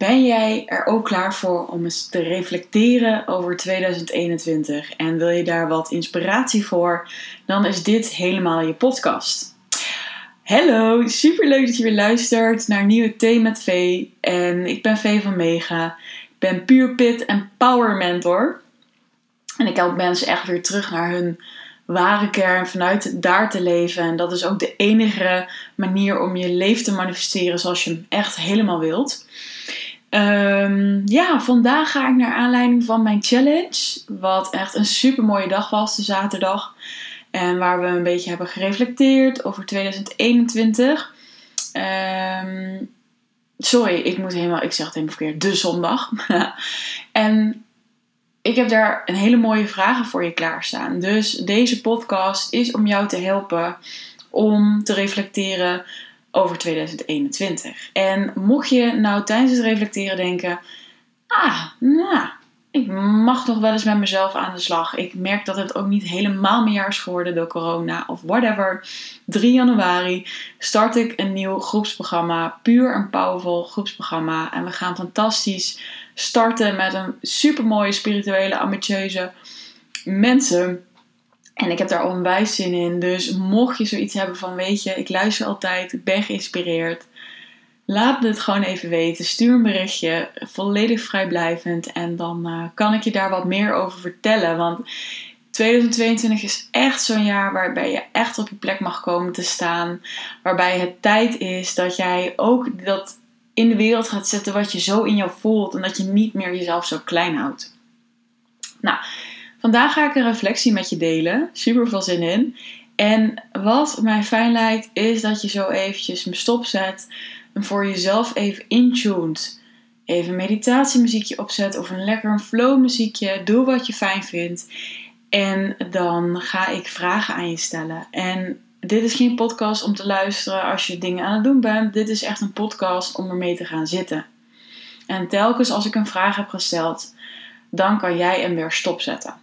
Ben jij er ook klaar voor om eens te reflecteren over 2021 en wil je daar wat inspiratie voor? Dan is dit helemaal je podcast. Hallo, superleuk dat je weer luistert naar Nieuwe Thee met Vee. En ik ben Vee van Mega. Ik ben Pure Pit en Power Mentor. En ik help mensen echt weer terug naar hun ware kern, vanuit daar te leven. En dat is ook de enige manier om je leven te manifesteren zoals je hem echt helemaal wilt. Vandaag ga ik naar aanleiding van mijn challenge. Wat echt een super mooie dag was, de zaterdag. En waar we een beetje hebben gereflecteerd over 2021. Ik zeg het helemaal verkeerd. De zondag. En ik heb daar een hele mooie vragen voor je klaarstaan. Dus deze podcast is om jou te helpen om te reflecteren over 2021. En mocht je nou tijdens het reflecteren denken, ik mag nog wel eens met mezelf aan de slag. Ik merk dat het ook niet helemaal mijn jaar is geworden door corona of whatever. 3 januari start ik een nieuw groepsprogramma. Puur en powerful groepsprogramma. En we gaan fantastisch starten met een supermooie spirituele, ambitieuze mensen. En ik heb daar onwijs zin in. Dus mocht je zoiets hebben van, weet je, ik luister altijd, ik ben geïnspireerd. Laat me het gewoon even weten. Stuur een berichtje, volledig vrijblijvend. En dan kan ik je daar wat meer over vertellen. Want 2022 is echt zo'n jaar waarbij je echt op je plek mag komen te staan. Waarbij het tijd is dat jij ook dat in de wereld gaat zetten wat je zo in jou voelt. En dat je niet meer jezelf zo klein houdt. Nou, vandaag ga ik een reflectie met je delen. Super veel zin in. En wat mij fijn lijkt is dat je zo eventjes me stopzet. En voor jezelf even intuned. Even een meditatiemuziekje opzet of een lekker flow muziekje. Doe wat je fijn vindt. En dan ga ik vragen aan je stellen. En dit is geen podcast om te luisteren als je dingen aan het doen bent. Dit is echt een podcast om ermee te gaan zitten. En telkens als ik een vraag heb gesteld, dan kan jij hem weer stopzetten.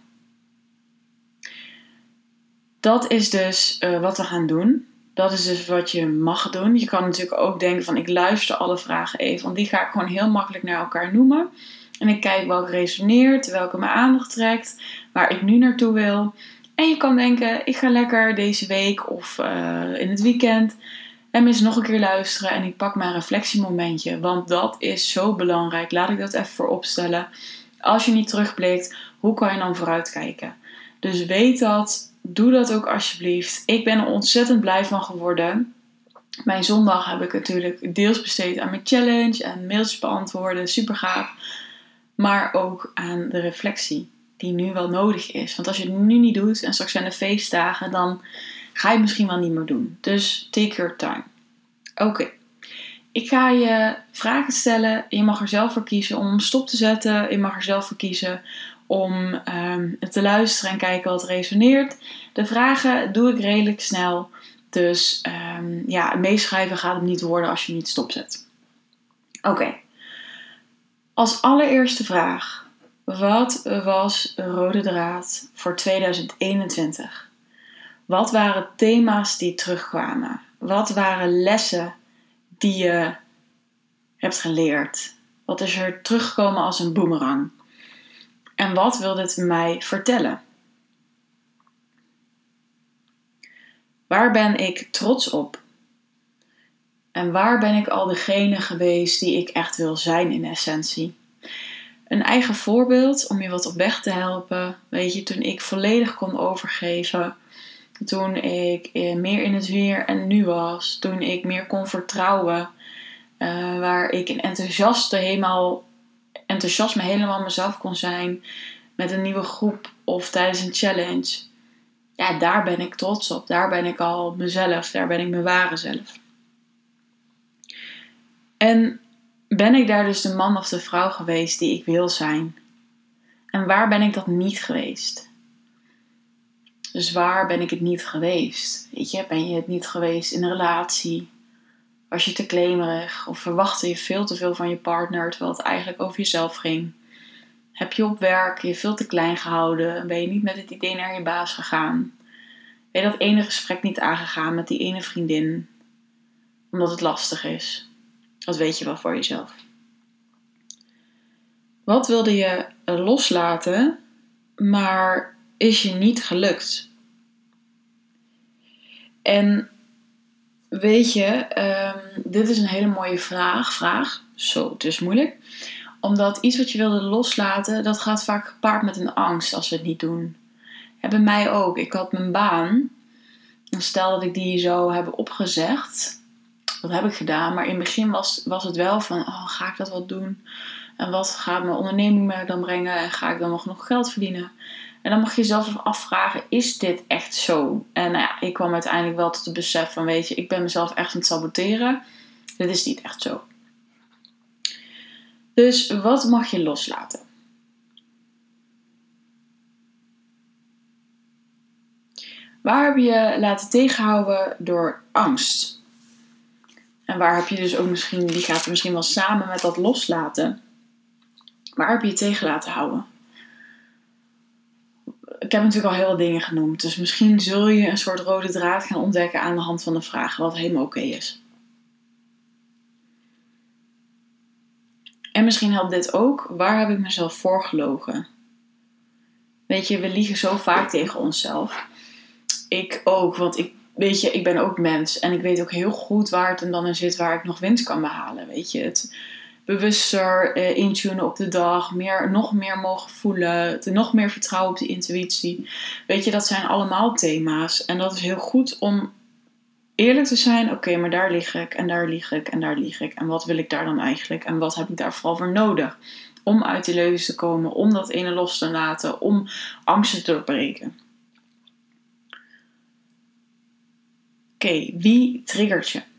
Dat is dus wat we gaan doen. Dat is dus wat je mag doen. Je kan natuurlijk ook denken van, ik luister alle vragen even. Want die ga ik gewoon heel makkelijk naar elkaar noemen. En ik kijk welke resoneert, welke mijn aandacht trekt, waar ik nu naartoe wil. En je kan denken, ik ga lekker deze week of in het weekend en eens nog een keer luisteren. En ik pak mijn reflectiemomentje. Want dat is zo belangrijk. Laat ik dat even voorop stellen. Als je niet terugblikt, hoe kan je dan vooruitkijken? Dus weet dat. Doe dat ook alsjeblieft. Ik ben er ontzettend blij van geworden. Mijn zondag heb ik natuurlijk deels besteed aan mijn challenge en mailtjes beantwoorden. Super gaaf. Maar ook aan de reflectie die nu wel nodig is. Want als je het nu niet doet en straks zijn de feestdagen, dan ga je het misschien wel niet meer doen. Dus take your time. Oké. Ik ga je vragen stellen. Je mag er zelf voor kiezen om hem stop te zetten. Je mag er zelf voor kiezen om te luisteren en kijken wat resoneert. De vragen doe ik redelijk snel. Dus meeschrijven gaat het niet worden als je niet stopzet. Oké. Als allereerste vraag. Wat was de rode draad voor 2021? Wat waren thema's die terugkwamen? Wat waren lessen die je hebt geleerd? Wat is er teruggekomen als een boemerang? En wat wil dit mij vertellen? Waar ben ik trots op? En waar ben ik al degene geweest die ik echt wil zijn in essentie? Een eigen voorbeeld om je wat op weg te helpen. Weet je, toen ik volledig kon overgeven. Toen ik meer in het hier en nu was. Toen ik meer kon vertrouwen. Waar ik in enthousiasme helemaal mezelf kon zijn. Met een nieuwe groep of tijdens een challenge. Ja, daar ben ik trots op. Daar ben ik al mezelf. Daar ben ik mijn ware zelf. En ben ik daar dus de man of de vrouw geweest die ik wil zijn? En waar ben ik dat niet geweest? Dus waar ben ik het niet geweest? Weet je, ben je het niet geweest in een relatie? Was je te claimerig? Of verwachtte je veel te veel van je partner terwijl het eigenlijk over jezelf ging? Heb je op werk je veel te klein gehouden? Ben je niet met het idee naar je baas gegaan? Ben je dat ene gesprek niet aangegaan met die ene vriendin? Omdat het lastig is? Dat weet je wel voor jezelf. Wat wilde je loslaten, maar is je niet gelukt? En weet je, dit is een hele mooie vraag. Zo, het is moeilijk. Omdat iets wat je wilde loslaten, dat gaat vaak gepaard met een angst als we het niet doen. En bij mij ook. Ik had mijn baan. En stel dat ik die zou hebben opgezegd. Dat heb ik gedaan. Maar in het begin was het wel van, ga ik dat wel doen? En wat gaat mijn onderneming me dan brengen? En ga ik dan nog genoeg geld verdienen? En dan mag je jezelf even afvragen, is dit echt zo? En ik kwam uiteindelijk wel tot het besef van, weet je, ik ben mezelf echt aan het saboteren. Dit is niet echt zo. Dus wat mag je loslaten? Waar heb je laten tegenhouden door angst? En waar heb je dus ook misschien, die gaat er misschien wel samen met dat loslaten. Waar heb je tegen laten houden? Ik heb natuurlijk al heel veel dingen genoemd. Dus misschien zul je een soort rode draad gaan ontdekken aan de hand van de vragen. Wat helemaal oké is. En misschien helpt dit ook. Waar heb ik mezelf voor gelogen? Weet je, we liegen zo vaak tegen onszelf. Ik ook, want ik ben ook mens. En ik weet ook heel goed waar het dan in zit waar ik nog winst kan behalen. Weet je, het bewuster intunen op de dag. Nog meer mogen voelen. Nog meer vertrouwen op de intuïtie. Weet je, dat zijn allemaal thema's. En dat is heel goed om eerlijk te zijn. Oké, maar daar lig ik. En daar lig ik. En daar lig ik. En wat wil ik daar dan eigenlijk? En wat heb ik daar vooral voor nodig? Om uit die leugens te komen. Om dat ene los te laten. Om angsten te doorbreken. Oké, wie triggert je?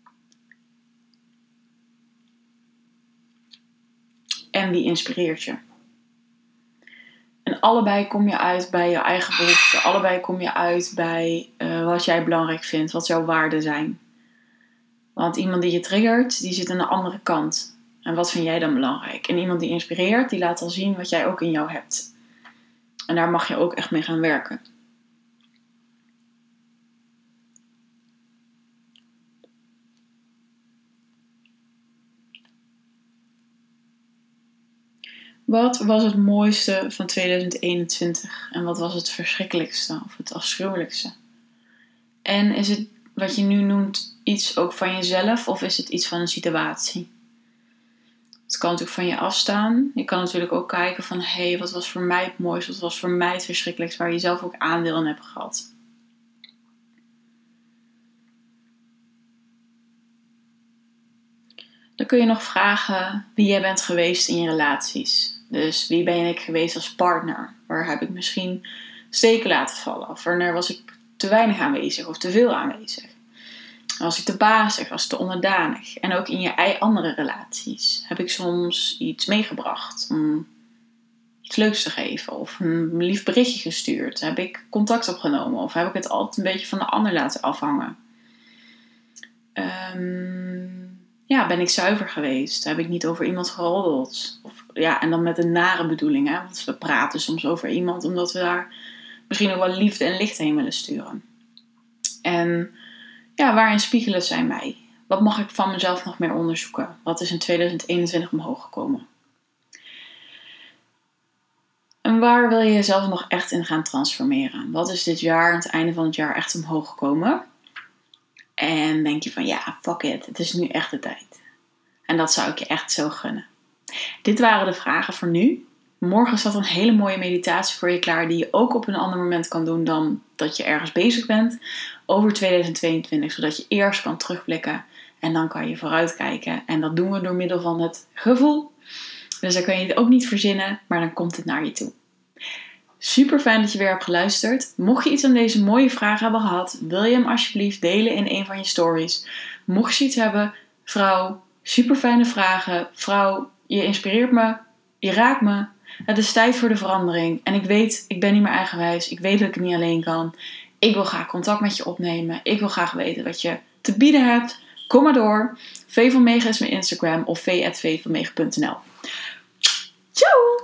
En wie inspireert je? En allebei kom je uit bij je eigen behoeften. Allebei kom je uit bij wat jij belangrijk vindt. Wat jouw waarden zijn. Want iemand die je triggert, die zit aan de andere kant. En wat vind jij dan belangrijk? En iemand die inspireert, die laat al zien wat jij ook in jou hebt. En daar mag je ook echt mee gaan werken. Wat was het mooiste van 2021? En wat was het verschrikkelijkste of het afschuwelijkste? En is het wat je nu noemt iets ook van jezelf of is het iets van een situatie? Het kan natuurlijk van je afstaan. Je kan natuurlijk ook kijken van, wat was voor mij het mooiste? Wat was voor mij het verschrikkelijkste? Waar je zelf ook aandeel in hebt gehad. Dan kun je nog vragen wie jij bent geweest in je relaties. Dus wie ben ik geweest als partner? Waar heb ik misschien steken laten vallen? Of wanneer was ik te weinig aanwezig of te veel aanwezig? Was ik te bazig? Was ik te onderdanig? En ook in je andere relaties. Heb ik soms iets meegebracht om iets leuks te geven? Of een lief berichtje gestuurd? Heb ik contact opgenomen? Of heb ik het altijd een beetje van de ander laten afhangen? Ben ik zuiver geweest? Heb ik niet over iemand geroddeld? En dan met een nare bedoeling. Hè? Want we praten soms over iemand omdat we daar misschien ook wel liefde en licht heen willen sturen. En waarin spiegelen zij mij? Wat mag ik van mezelf nog meer onderzoeken? Wat is in 2021 omhoog gekomen? En waar wil je jezelf nog echt in gaan transformeren? Wat is dit jaar, aan het einde van het jaar, echt omhoog gekomen? En denk je van, fuck it, het is nu echt de tijd. En dat zou ik je echt zo gunnen. Dit waren de vragen voor nu. Morgen staat een hele mooie meditatie voor je klaar, die je ook op een ander moment kan doen dan dat je ergens bezig bent over 2022, zodat je eerst kan terugblikken en dan kan je vooruitkijken. En dat doen we door middel van het gevoel. Dus dan kan je het ook niet verzinnen, maar dan komt het naar je toe. Super fijn dat je weer hebt geluisterd. Mocht je iets aan deze mooie vragen hebben gehad, wil je hem alsjeblieft delen in een van je stories. Mocht je iets hebben, vrouw, super fijne vragen. Vrouw, je inspireert me, je raakt me. Het is tijd voor de verandering. En ik weet, ik ben niet meer eigenwijs. Ik weet dat ik het niet alleen kan. Ik wil graag contact met je opnemen. Ik wil graag weten wat je te bieden hebt. Kom maar door. V van Mega is mijn Instagram of v@vvanmega.nl. Ciao!